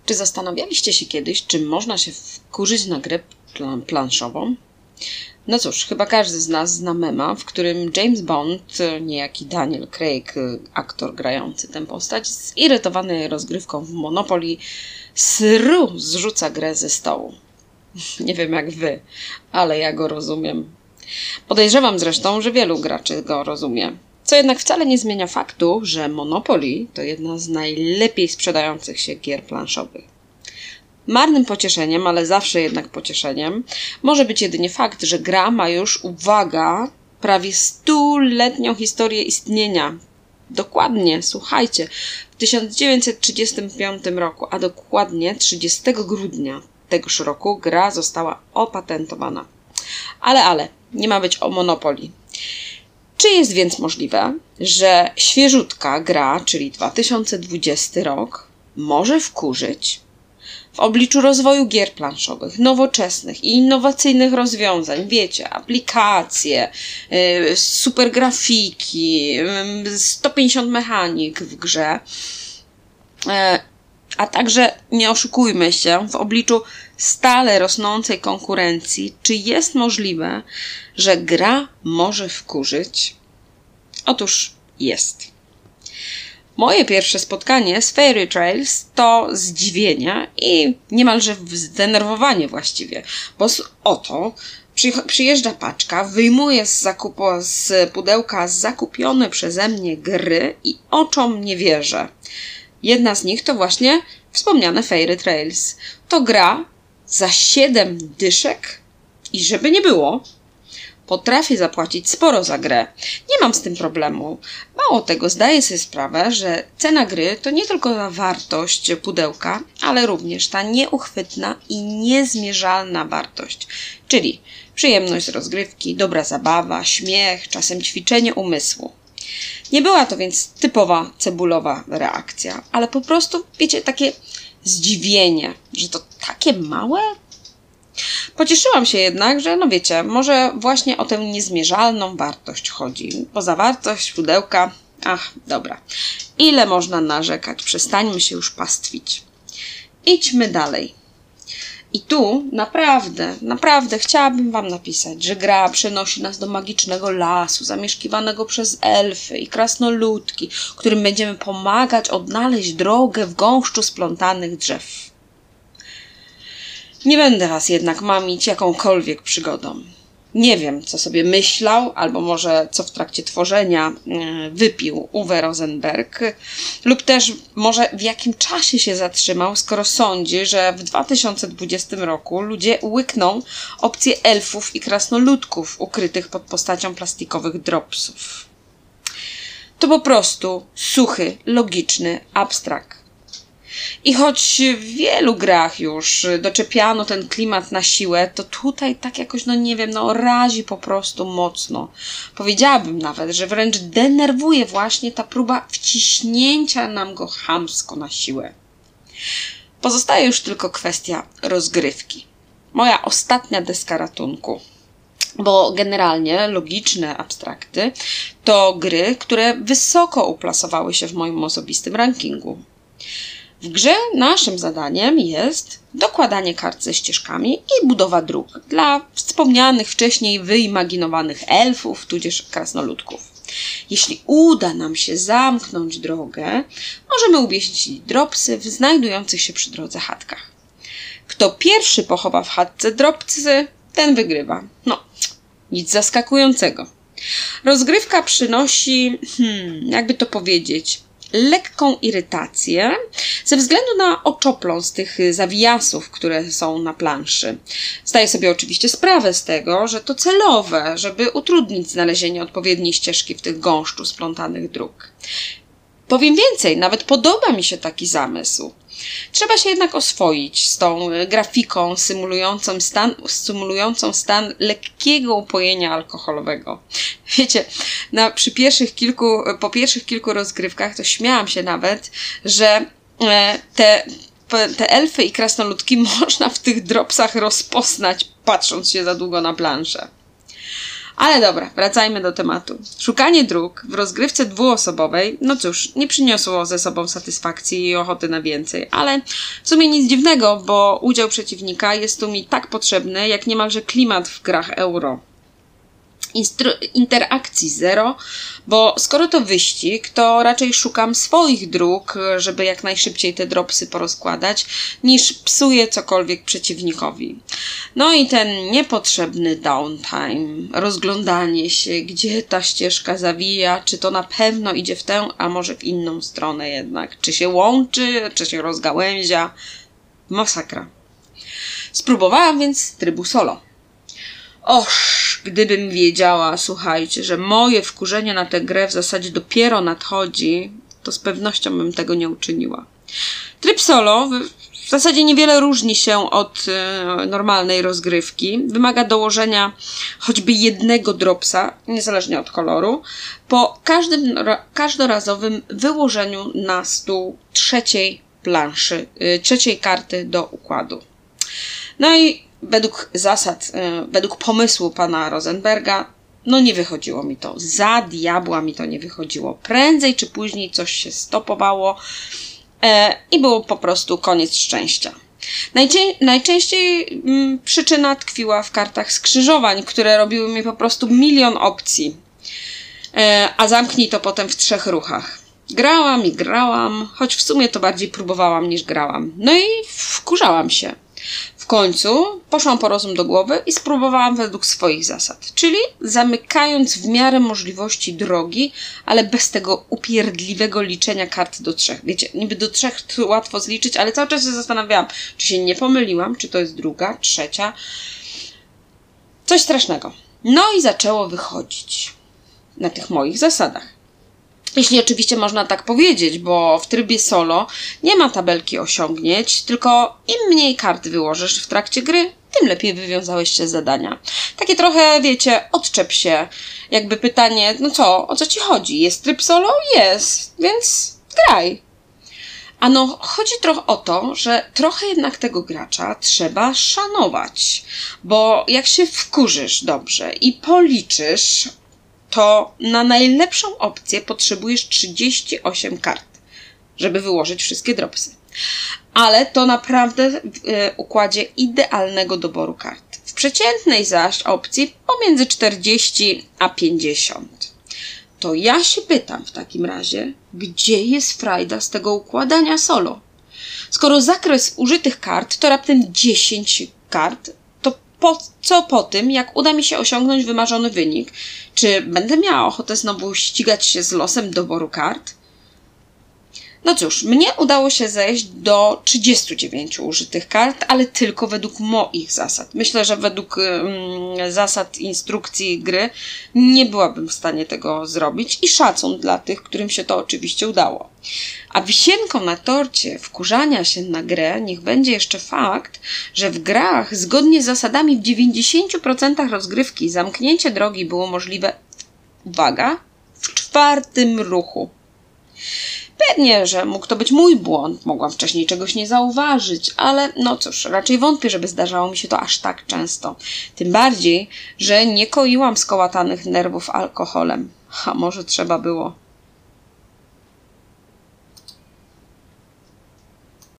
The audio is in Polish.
Czy zastanawialiście się kiedyś, czy można się wkurzyć na grę planszową? No cóż, chyba każdy z nas zna mema, w którym James Bond, niejaki Daniel Craig, aktor grający tę postać, zirytowany rozgrywką w Monopoly, zrzuca grę ze stołu. Nie wiem jak wy, ale ja go rozumiem. Podejrzewam zresztą, że wielu graczy go rozumie. Co jednak wcale nie zmienia faktu, że Monopoly to jedna z najlepiej sprzedających się gier planszowych. Marnym pocieszeniem, ale zawsze jednak pocieszeniem, może być jedynie fakt, że gra ma już, uwaga, prawie 100-letnią historię istnienia. Dokładnie, słuchajcie, w 1935 roku, a dokładnie 30 grudnia tegoż roku gra została opatentowana. Ale, nie ma być o Monopoly. Czy jest więc możliwe, że świeżutka gra, czyli 2020 rok, może wkurzyć? W obliczu rozwoju gier planszowych, nowoczesnych i innowacyjnych rozwiązań, wiecie, aplikacje, super grafiki, 150 mechanik w grze, a także, nie oszukujmy się, w obliczu stale rosnącej konkurencji, czy jest możliwe, że gra może wkurzyć? Otóż jest. Moje pierwsze spotkanie z Fairy Trails to zdziwienie i niemalże zdenerwowanie właściwie, bo oto przyjeżdża paczka, wyjmuję z pudełka zakupione przeze mnie gry i oczom nie wierzę. Jedna z nich to właśnie wspomniane Fairy Trails. To gra za 7 dyszek i żeby nie było, potrafię zapłacić sporo za grę. Nie mam z tym problemu. Mało tego, zdaję sobie sprawę, że cena gry to nie tylko ta wartość pudełka, ale również ta nieuchwytna i niezmierzalna wartość. Czyli przyjemność z rozgrywki, dobra zabawa, śmiech, czasem ćwiczenie umysłu. Nie była to więc typowa cebulowa reakcja, ale po prostu, wiecie, takie zdziwienie, że to takie małe? Pocieszyłam się jednak, że no wiecie, może właśnie o tę niezmierzalną wartość chodzi. Bo za wartość pudełka, dobra. Ile można narzekać? Przestańmy się już pastwić. Idźmy dalej. I tu naprawdę chciałabym wam napisać, że gra przenosi nas do magicznego lasu, zamieszkiwanego przez elfy i krasnoludki, którym będziemy pomagać odnaleźć drogę w gąszczu splątanych drzew. Nie będę was jednak mamić jakąkolwiek przygodą. Nie wiem, co sobie myślał, albo może co w trakcie tworzenia wypił Uwe Rosenberg, lub też może w jakim czasie się zatrzymał, skoro sądzi, że w 2020 roku ludzie łykną opcję elfów i krasnoludków ukrytych pod postacią plastikowych dropsów. To po prostu suchy, logiczny abstrakt. I choć w wielu grach już doczepiano ten klimat na siłę, to tutaj tak jakoś, razi po prostu mocno. Powiedziałabym nawet, że wręcz denerwuje właśnie ta próba wciśnięcia nam go chamsko na siłę. Pozostaje już tylko kwestia rozgrywki. Moja ostatnia deska ratunku. Bo generalnie logiczne abstrakty to gry, które wysoko uplasowały się w moim osobistym rankingu. W grze naszym zadaniem jest dokładanie kart ze ścieżkami i budowa dróg dla wspomnianych wcześniej wyimaginowanych elfów, tudzież krasnoludków. Jeśli uda nam się zamknąć drogę, możemy umieścić dropsy w znajdujących się przy drodze chatkach. Kto pierwszy pochowa w chatce dropsy, ten wygrywa. Nic zaskakującego. Rozgrywka przynosi, jakby to powiedzieć, lekką irytację ze względu na oczopląs tych zawijasów, które są na planszy. Zdaję sobie oczywiście sprawę z tego, że to celowe, żeby utrudnić znalezienie odpowiedniej ścieżki w tych gąszczu splątanych dróg. Powiem więcej, nawet podoba mi się taki zamysł. Trzeba się jednak oswoić z tą grafiką symulującą stan lekkiego upojenia alkoholowego. Wiecie, po pierwszych kilku rozgrywkach to śmiałam się nawet, że te elfy i krasnoludki można w tych dropsach rozpoznać, patrząc się za długo na planszę. Ale dobra, wracajmy do tematu. Szukanie dróg w rozgrywce dwuosobowej, no cóż, nie przyniosło ze sobą satysfakcji i ochoty na więcej, ale w sumie nic dziwnego, bo udział przeciwnika jest tu mi tak potrzebny, jak niemalże klimat w grach euro. Interakcji zero, bo skoro to wyścig, to raczej szukam swoich dróg, żeby jak najszybciej te dropsy porozkładać, niż psuję cokolwiek przeciwnikowi. No i ten niepotrzebny downtime, rozglądanie się, gdzie ta ścieżka zawija, czy to na pewno idzie w tę, a może w inną stronę jednak, czy się łączy, czy się rozgałęzia. Masakra. Spróbowałam więc trybu solo. Gdybym wiedziała, słuchajcie, że moje wkurzenie na tę grę w zasadzie dopiero nadchodzi, to z pewnością bym tego nie uczyniła. Tryb solo w zasadzie niewiele różni się od normalnej rozgrywki. Wymaga dołożenia choćby jednego dropsa, niezależnie od koloru, po każdorazowym wyłożeniu na stół trzeciej planszy, trzeciej karty do układu. No i według pomysłu pana Rosenberga, no nie wychodziło mi to. Za diabła mi to nie wychodziło. Prędzej czy później coś się stopowało i było po prostu koniec szczęścia. Najczęściej przyczyna tkwiła w kartach skrzyżowań, które robiły mi po prostu milion opcji. A zamknij to potem w 3 ruchach. Grałam, choć w sumie to bardziej próbowałam niż grałam. No i wkurzałam się. W końcu poszłam po rozum do głowy i spróbowałam według swoich zasad, czyli zamykając w miarę możliwości drogi, ale bez tego upierdliwego liczenia kart do 3. Wiecie, niby do 3 to łatwo zliczyć, ale cały czas się zastanawiałam, czy się nie pomyliłam, czy to jest druga, trzecia. Coś strasznego. No i zaczęło wychodzić na tych moich zasadach. Jeśli oczywiście można tak powiedzieć, bo w trybie solo nie ma tabelki osiągnięć, tylko im mniej kart wyłożysz w trakcie gry, tym lepiej wywiązałeś się z zadania. Takie trochę, wiecie, odczep się. Jakby pytanie, no co, o co ci chodzi? Jest tryb solo? Jest, więc graj. Ano, chodzi trochę o to, że trochę jednak tego gracza trzeba szanować, bo jak się wkurzysz dobrze i policzysz, to na najlepszą opcję potrzebujesz 38 kart, żeby wyłożyć wszystkie dropsy. Ale to naprawdę w układzie idealnego doboru kart. W przeciętnej zaś opcji pomiędzy 40 a 50. To ja się pytam w takim razie, gdzie jest frajda z tego układania solo? Skoro zakres użytych kart to raptem 10 kart, co po tym, jak uda mi się osiągnąć wymarzony wynik? Czy będę miała ochotę znowu ścigać się z losem doboru kart? No cóż, mnie udało się zejść do 39 użytych kart, ale tylko według moich zasad. Myślę, że według zasad instrukcji gry nie byłabym w stanie tego zrobić i szacun dla tych, którym się to oczywiście udało. A wisienką na torcie wkurzania się na grę niech będzie jeszcze fakt, że w grach zgodnie z zasadami w 90% rozgrywki zamknięcie drogi było możliwe, uwaga, w 4. ruchu. Pewnie, że mógł to być mój błąd, mogłam wcześniej czegoś nie zauważyć, ale no cóż, raczej wątpię, żeby zdarzało mi się to aż tak często. Tym bardziej, że nie koiłam skołatanych nerwów alkoholem. A może trzeba było.